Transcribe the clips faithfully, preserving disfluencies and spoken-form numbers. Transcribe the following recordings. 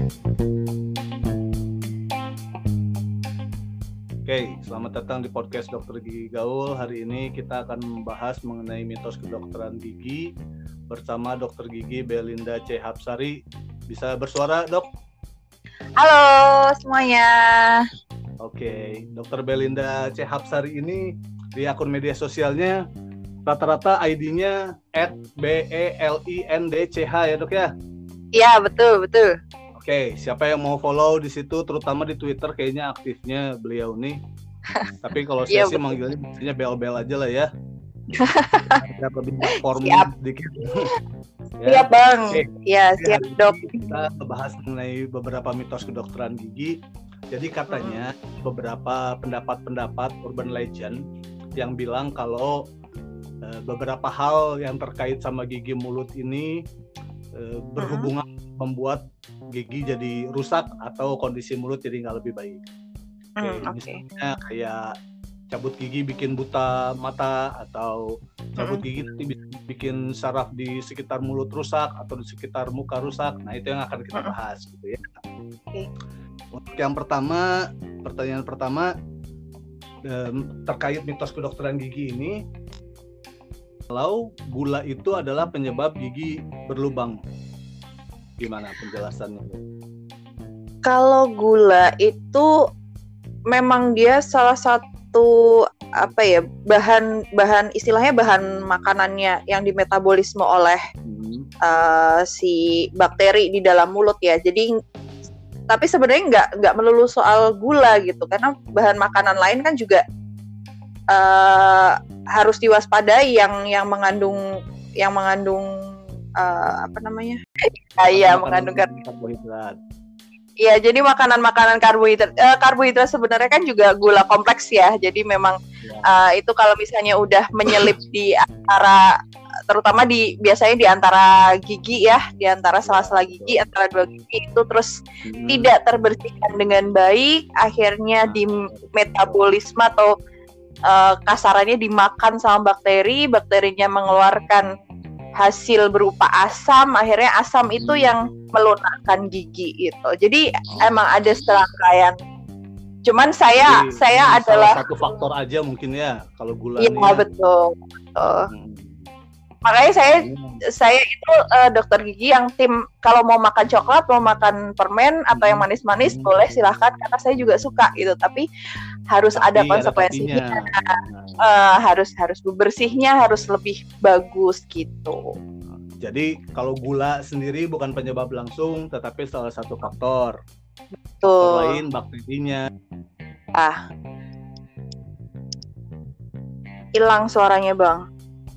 Oke, selamat datang di podcast Dokter Gigi Gaul. Hari ini kita akan membahas mengenai mitos kedokteran gigi bersama Dokter Gigi Belinda C. Hapsari. Bisa bersuara, Dok? Halo semuanya. Oke, Dokter Belinda C. Hapsari ini di akun media sosialnya rata-rata I D-nya et b e l i n d c h ya, Dok ya? Iya, betul, betul. Oke, siapa yang mau follow di situ, terutama di Twitter kayaknya aktifnya beliau nih. Tapi kalau saya Iya, sih betul. manggilnya biasanya bel-bel aja lah ya. Biar lebih formal Siap. sedikit. Siap, Bang. Oke. Iya, Jadi siap, hari Dok. ini kita bahas mengenai beberapa mitos kedokteran gigi. Jadi katanya beberapa pendapat-pendapat urban legend yang bilang kalau uh, beberapa hal yang terkait sama gigi mulut ini uh, berhubungan membuat gigi jadi rusak atau kondisi mulut jadi nggak lebih baik. Oke, Hmm, oke. misalnya kayak cabut gigi bikin buta mata atau cabut Mm. gigi nanti bisa bikin saraf di sekitar mulut rusak atau di sekitar muka rusak. Nah, itu yang akan kita bahas gitu ya. Oke. Untuk yang pertama, pertanyaan pertama em, terkait mitos kedokteran gigi ini, kalau gula itu adalah penyebab gigi berlubang, gimana penjelasannya? Kalau gula itu memang dia salah satu apa ya bahan bahan istilahnya bahan makanannya yang dimetabolisme oleh Hmm. uh, si bakteri di dalam mulut ya. Jadi tapi sebenarnya nggak nggak melulu soal gula gitu, karena bahan makanan lain kan juga uh, harus diwaspadai yang yang mengandung yang mengandung uh, apa namanya? Iya, mengandung kar- karbohidrat. Iya, jadi makanan-makanan karbohidrat eh, karbohidrat sebenarnya kan juga gula kompleks ya. Jadi memang Ya. uh, itu kalau misalnya udah menyelip di antara, terutama di biasanya di antara gigi ya, di antara sela-sela gigi antara dua gigi itu terus Hmm. tidak terbersihkan dengan baik, akhirnya di metabolisme atau uh, kasarannya dimakan sama bakteri, bakterinya mengeluarkan hasil berupa asam, akhirnya asam itu yang melunakkan gigi itu. Jadi Oh. emang ada serangkaian. Cuman saya Jadi, saya ini adalah salah satu faktor aja mungkin ya kalau gula iya nih ya. betul. betul. Hmm. Makanya saya Hmm. saya itu uh, dokter gigi yang tim kalau mau makan coklat, mau makan permen atau yang manis-manis Hmm. boleh silahkan, karena saya juga suka gitu. Tapi harus Tapi ada ada konsekuensinya. tapinya. Uh, harus harus bersihnya harus lebih bagus gitu. Jadi kalau gula sendiri bukan penyebab langsung, tetapi salah satu faktor. Faktor Tuh. lain bakterinya. Ah. Hilang suaranya, Bang.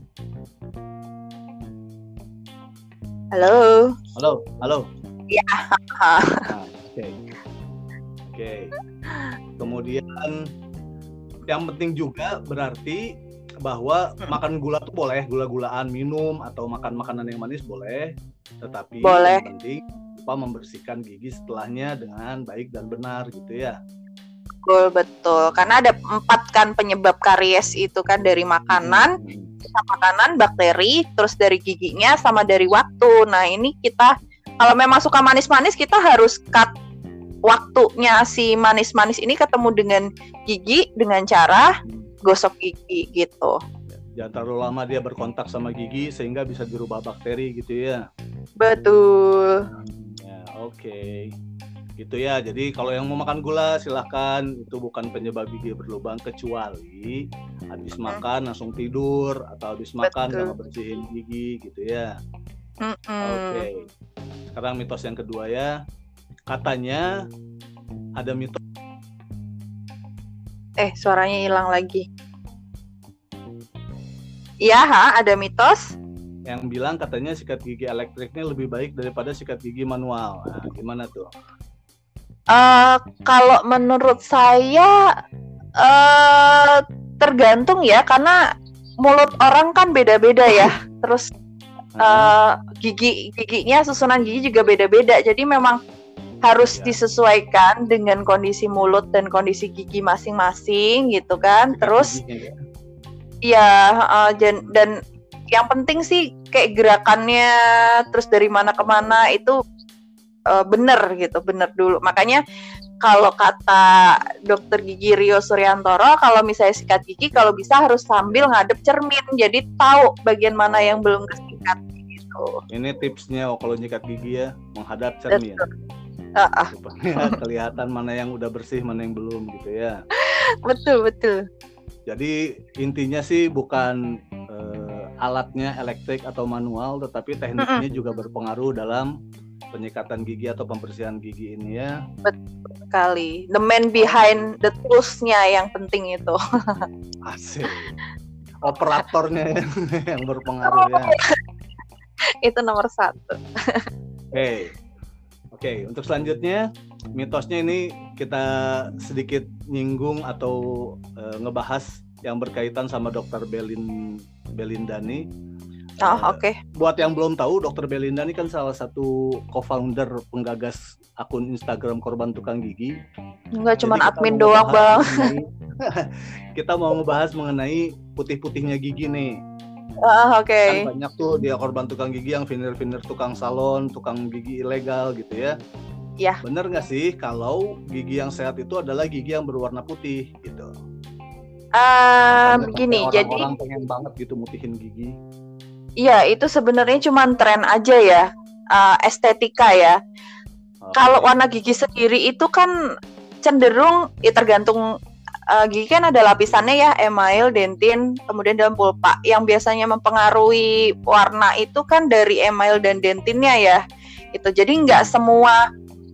Halo. Halo, halo. Ya. Nah, Oke, oke. Kemudian yang penting juga berarti bahwa Hmm. makan gula tuh boleh, gula-gulaan, minum atau makan makanan yang manis boleh, tetapi Boleh. yang penting lupa membersihkan gigi setelahnya dengan baik dan benar gitu ya. Betul, betul. Karena ada empat kan penyebab karies itu kan, dari makanan, Hmm. sisa makanan, bakteri, terus dari giginya, sama dari waktu. Nah, ini kita kalau memang suka manis-manis, kita harus cut waktunya si manis-manis ini ketemu dengan gigi dengan cara gosok gigi gitu. Jangan terlalu lama dia berkontak sama gigi sehingga bisa dirubah bakteri gitu ya. Betul. Ya, oke. Gitu ya. Jadi kalau yang mau makan gula silahkan, itu bukan penyebab gigi berlubang kecuali habis makan langsung tidur atau habis makan Betul. nggak ngebersihin gigi gitu ya. Mm-mm. Oke. Sekarang mitos yang kedua ya. Katanya ada mitos Eh, suaranya hilang lagi. Iya, ha, ada mitos. yang bilang katanya sikat gigi elektriknya lebih baik daripada sikat gigi manual. Nah, gimana tuh? Uh, kalau menurut saya uh, tergantung ya, karena mulut orang kan beda-beda ya. Terus uh, gigi giginya, susunan gigi juga beda-beda. Jadi memang harus Ya. disesuaikan dengan kondisi mulut dan kondisi gigi masing-masing gitu kan. Terus Giginya, ya uh, dan, dan yang penting sih kayak gerakannya, terus dari mana ke mana itu uh, bener gitu, bener dulu. Makanya kalau kata dokter gigi Rio Suryantoro, kalau misalnya sikat gigi kalau bisa harus sambil ngadep cermin, jadi tahu bagian mana yang belum kesikat gitu. Ini tipsnya oh, kalau nyikat gigi ya menghadap cermin. Uh, uh. Supaya kelihatan mana yang udah bersih, mana yang belum gitu ya. Betul, betul. Jadi intinya sih bukan uh, alatnya elektrik atau manual, tetapi tekniknya Mm-mm. juga berpengaruh dalam penyikatan gigi atau pembersihan gigi ini ya. Betul sekali. The man behind the tools-nya yang penting itu. Asik. Operatornya yang berpengaruh ya. Itu nomor satu. Oke. Okay. Oke, okay, untuk selanjutnya mitosnya ini kita sedikit nyinggung atau uh, ngebahas yang berkaitan sama dokter Belin Belindani. Oh, uh, oke. Okay. Buat yang belum tahu, dokter Belindani kan salah satu co-founder penggagas akun Instagram Korban Tukang Gigi. Enggak cuma admin doang, Bang. Mengenai, kita mau ngebahas mengenai putih-putihnya gigi nih. Uh, oke. Okay. Kan banyak tuh dia korban tukang gigi yang veneer-veneer tukang salon, tukang gigi ilegal gitu ya. Iya. Bener nggak sih kalau gigi yang sehat itu adalah gigi yang berwarna putih gitu? Um, begini, orang-orang jadi orang pengen banget gitu mutihin gigi. Iya, itu sebenarnya cuma tren aja ya, uh, estetika ya. Okay. Kalau warna gigi sendiri itu kan cenderung, ya tergantung uh, gigi kan ada lapisannya ya, email, dentin, kemudian dalam pulpa. Yang biasanya mempengaruhi warna itu kan dari email dan dentinnya ya. Itu jadi nggak semua.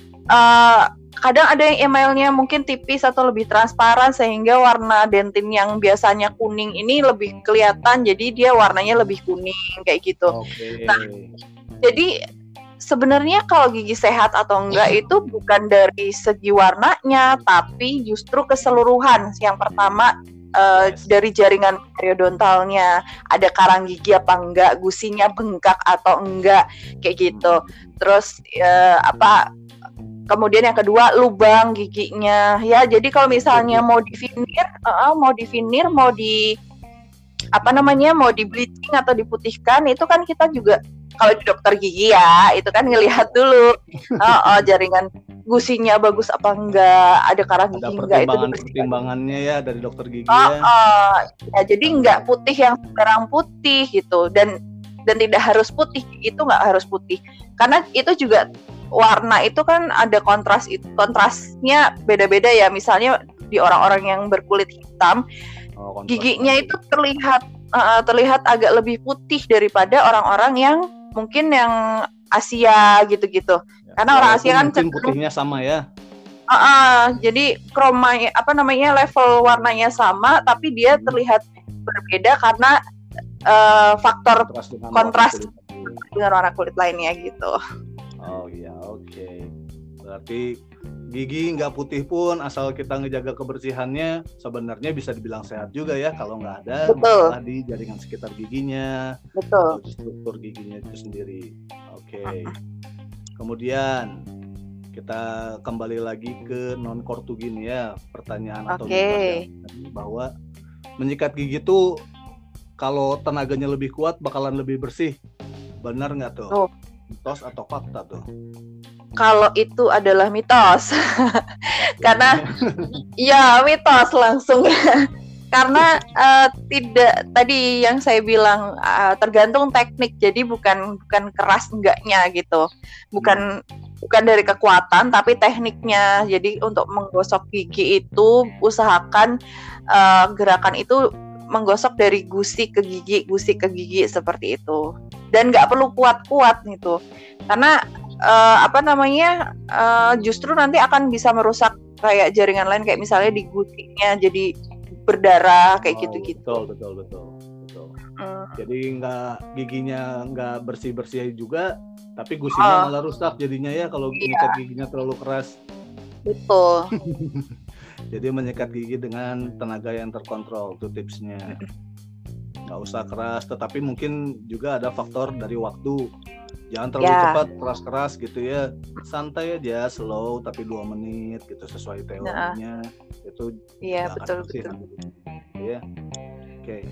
Uh, kadang ada yang emailnya mungkin tipis atau lebih transparan sehingga warna dentin yang biasanya kuning ini lebih kelihatan, jadi dia warnanya lebih kuning kayak gitu. Okay. Nah, jadi sebenarnya kalau gigi sehat atau enggak itu bukan dari segi warnanya, tapi justru keseluruhan. Yang pertama uh, yes. dari jaringan periodontalnya, ada karang gigi apa enggak, gusinya bengkak atau enggak kayak gitu. Terus uh, apa Kemudian yang kedua lubang giginya ya. Jadi kalau misalnya mau di veneer, uh, mau di veneer, mau di apa namanya, mau di bleaching atau diputihkan, itu kan kita juga kalau di dokter gigi ya, itu kan ngelihat dulu uh, uh, jaringan gusinya bagus apa enggak, ada karang gigi enggak, itu pertimbangannya ya dari dokter gigi uh, ya. Uh, ya. Jadi enggak putih yang sekarang putih gitu, dan dan tidak harus putih, itu enggak harus putih, karena itu juga warna itu kan ada kontras, itu kontrasnya beda-beda ya. Misalnya di orang-orang yang berkulit hitam, oh, giginya itu terlihat uh, terlihat agak lebih putih daripada orang-orang yang mungkin yang Asia gitu-gitu. Ya, karena orang Asia kan mungkin putihnya sama ya. Uh, uh, jadi kroma apa namanya level warnanya sama, tapi dia terlihat berbeda karena uh, faktor kontras dengan, kontras warna dengan warna kulit lainnya gitu. Oh iya, oke. Okay. Berarti gigi nggak putih pun asal kita ngejaga kebersihannya sebenarnya bisa dibilang sehat juga ya, kalau nggak ada Betul. masalah di jaringan sekitar giginya. Betul. Atau struktur giginya itu sendiri. Oke. Okay. Kemudian kita kembali lagi ke non kortugin ya, pertanyaan atau okay. bahwa menyikat gigi itu kalau tenaganya lebih kuat bakalan lebih bersih. Benar nggak tuh? Oh. Mitos atau fakta tuh? Kalau itu adalah mitos. Karena ya mitos langsung. Karena uh, tidak, tadi yang saya bilang uh, tergantung teknik. Jadi bukan bukan keras enggaknya gitu. Bukan bukan dari kekuatan tapi tekniknya. Jadi untuk menggosok gigi itu usahakan uh, gerakan itu menggosok dari gusi ke gigi, gusi ke gigi seperti itu. Dan nggak perlu kuat-kuat gitu, karena uh, apa namanya uh, justru nanti akan bisa merusak kayak jaringan lain, kayak misalnya di gusinya jadi berdarah kayak oh, gitu-gitu. Betul betul betul betul. Hmm. Jadi nggak giginya nggak bersih bersih juga, tapi gusinya uh, malah rusak jadinya ya kalau iya. Nyikat giginya terlalu keras. Betul. Jadi menyikat gigi dengan tenaga yang terkontrol itu tipsnya. Nggak usah keras, tetapi mungkin juga ada faktor dari waktu. Jangan terlalu ya. cepat keras-keras gitu ya. Santai aja, slow tapi dua menit gitu sesuai teorinya. Nah. Itu iya betul betul. Ya. Oke.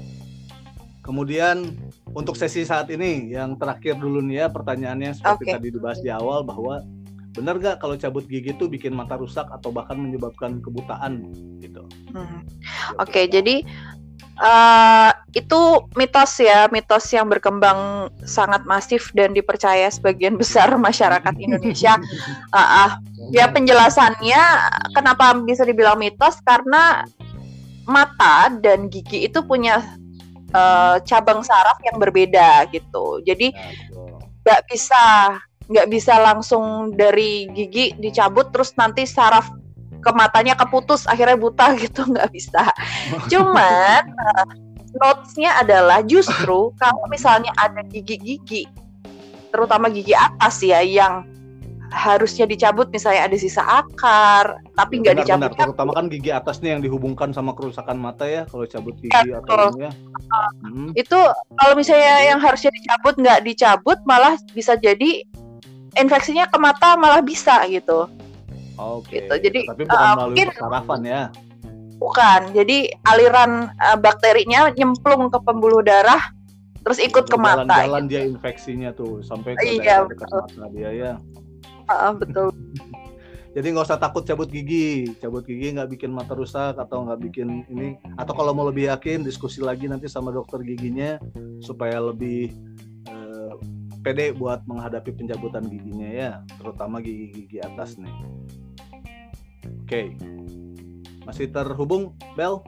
Kemudian untuk sesi saat ini yang terakhir dulu nih ya, pertanyaannya seperti okay. tadi dibahas di awal bahwa benar nggak kalau cabut gigi itu bikin mata rusak atau bahkan menyebabkan kebutaan gitu? Hmm. Oke, okay, jadi uh, itu mitos ya, mitos yang berkembang sangat masif dan dipercaya sebagian besar masyarakat Indonesia. uh, uh, ya penjelasannya kenapa bisa dibilang mitos, karena mata dan gigi itu punya uh, cabang saraf yang berbeda gitu. Jadi nggak bisa nggak bisa langsung dari gigi dicabut terus nanti saraf ke matanya keputus akhirnya buta gitu, nggak bisa. Cuman uh, notes-nya adalah justru kalau misalnya ada gigi-gigi, terutama gigi atas ya, yang harusnya dicabut, misalnya ada sisa akar tapi nggak dicabut. Benar, terutama kan gigi atasnya yang dihubungkan sama kerusakan mata ya, kalau cabut gigi ya, atau ya. Uh, hmm. Itu kalau misalnya yang harusnya dicabut nggak dicabut, malah bisa jadi infeksinya ke mata malah bisa gitu. Oke. Gitu. Jadi tapi bukan uh, melalui persarafan ya. Bukan. Jadi aliran uh, bakterinya nyemplung ke pembuluh darah terus ikut ke mata. Jalan-jalan gitu. Dia infeksinya tuh sampai ke iya, daerah dekat mata dia ya. Uh, betul. Jadi nggak usah takut cabut gigi. Cabut gigi nggak bikin mata rusak atau nggak bikin ini. Atau kalau mau lebih yakin, diskusi lagi nanti sama dokter giginya supaya lebih pede buat menghadapi pencabutan giginya ya, terutama gigi-gigi atas nih. Oke, masih terhubung Bel?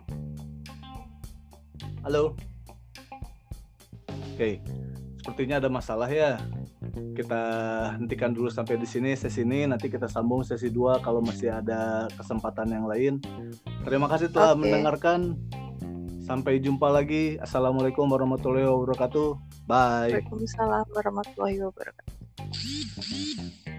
Halo. Oke, sepertinya ada masalah ya. Kita hentikan dulu sampai di sini sesi ini, nanti kita sambung sesi dua kalau masih ada kesempatan yang lain. Terima kasih telah okay. mendengarkan. Sampai jumpa lagi. Assalamualaikum warahmatullahi wabarakatuh. Bye. Waalaikumsalam warahmatullahi wabarakatuh.